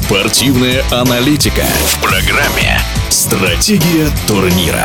Спортивная аналитика в программе «Стратегия турнира».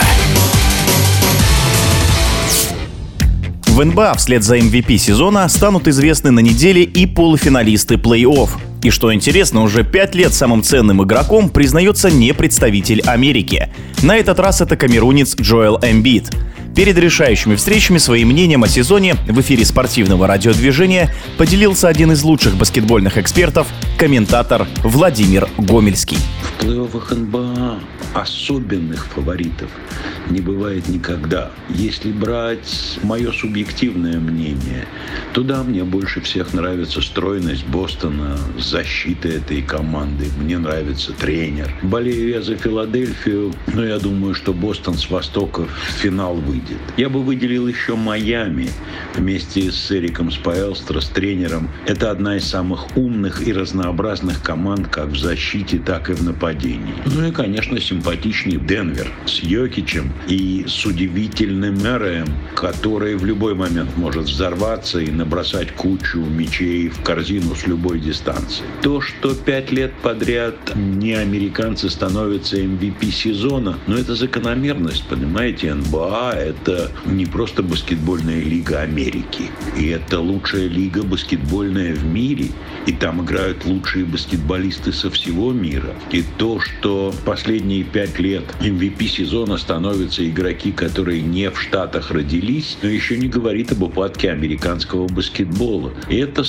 В НБА вслед за MVP сезона станут известны на неделе и полуфиналисты плей-офф. И что интересно, уже 5 лет самым ценным игроком признается не представитель Америки. На этот раз это камерунец Джоэл Эмбид. Перед решающими встречами своим мнением о сезоне в эфире спортивного радиодвижения поделился один из лучших баскетбольных экспертов, комментатор Владимир Гомельский. В плей-оффах НБА особенных фаворитов не бывает никогда. Если брать мое субъективное мнение, то да, мне больше всех нравится стройность Бостона, защита этой команды. Мне нравится тренер. Болею я за Филадельфию, но я думаю, что Бостон с Востока в финал выйдет. Я бы выделил еще Майами вместе с Эриком Споэлстро, с тренером. Это одна из самых умных и разнообразных команд как в защите, так и в нападении. Ну и, конечно, симпатичнее Денвер с Йокичем и с удивительным Мэрэем, который в любой момент может взорваться и набросать кучу мячей в корзину с любой дистанции. То, что 5 лет подряд не американцы становятся MVP сезона, но это закономерность, понимаете, НБА — это не просто баскетбольная лига Америки, и это лучшая лига баскетбольная в мире, и там играют лучшие баскетболисты со всего мира. И то, что последние 5 лет MVP сезона становятся игроки, которые не в Штатах родились, но еще не говорит об упадке американского баскетбола. И это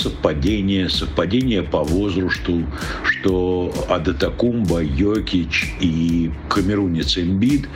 совпадение по возрасту, что Адетокумбо, Йокич и камерунец Эмбид,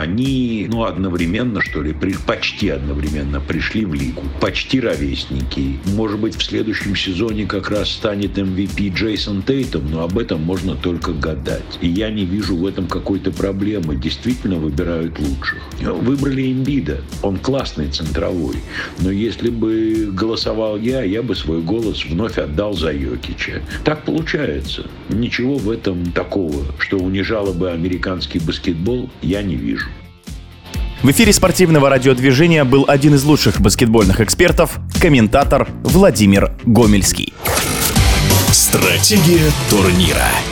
они одновременно, почти одновременно пришли в лигу. Почти ровесники. Может быть, в следующем сезоне как раз станет MVP Джейсон Тейтум, но об этом можно только гадать. И я не вижу в этом какой-то проблемы. Действительно выбирают лучших. Выбрали Эмбида. Он классный центровой. Но если бы голосовал я бы свой голос вновь отдал за Йокича. Так получается. Ничего в этом такого, что унижало бы американский баскетбол, я не вижу. В эфире спортивного радиодвижения был один из лучших баскетбольных экспертов, комментатор Владимир Гомельский. Стратегия турнира.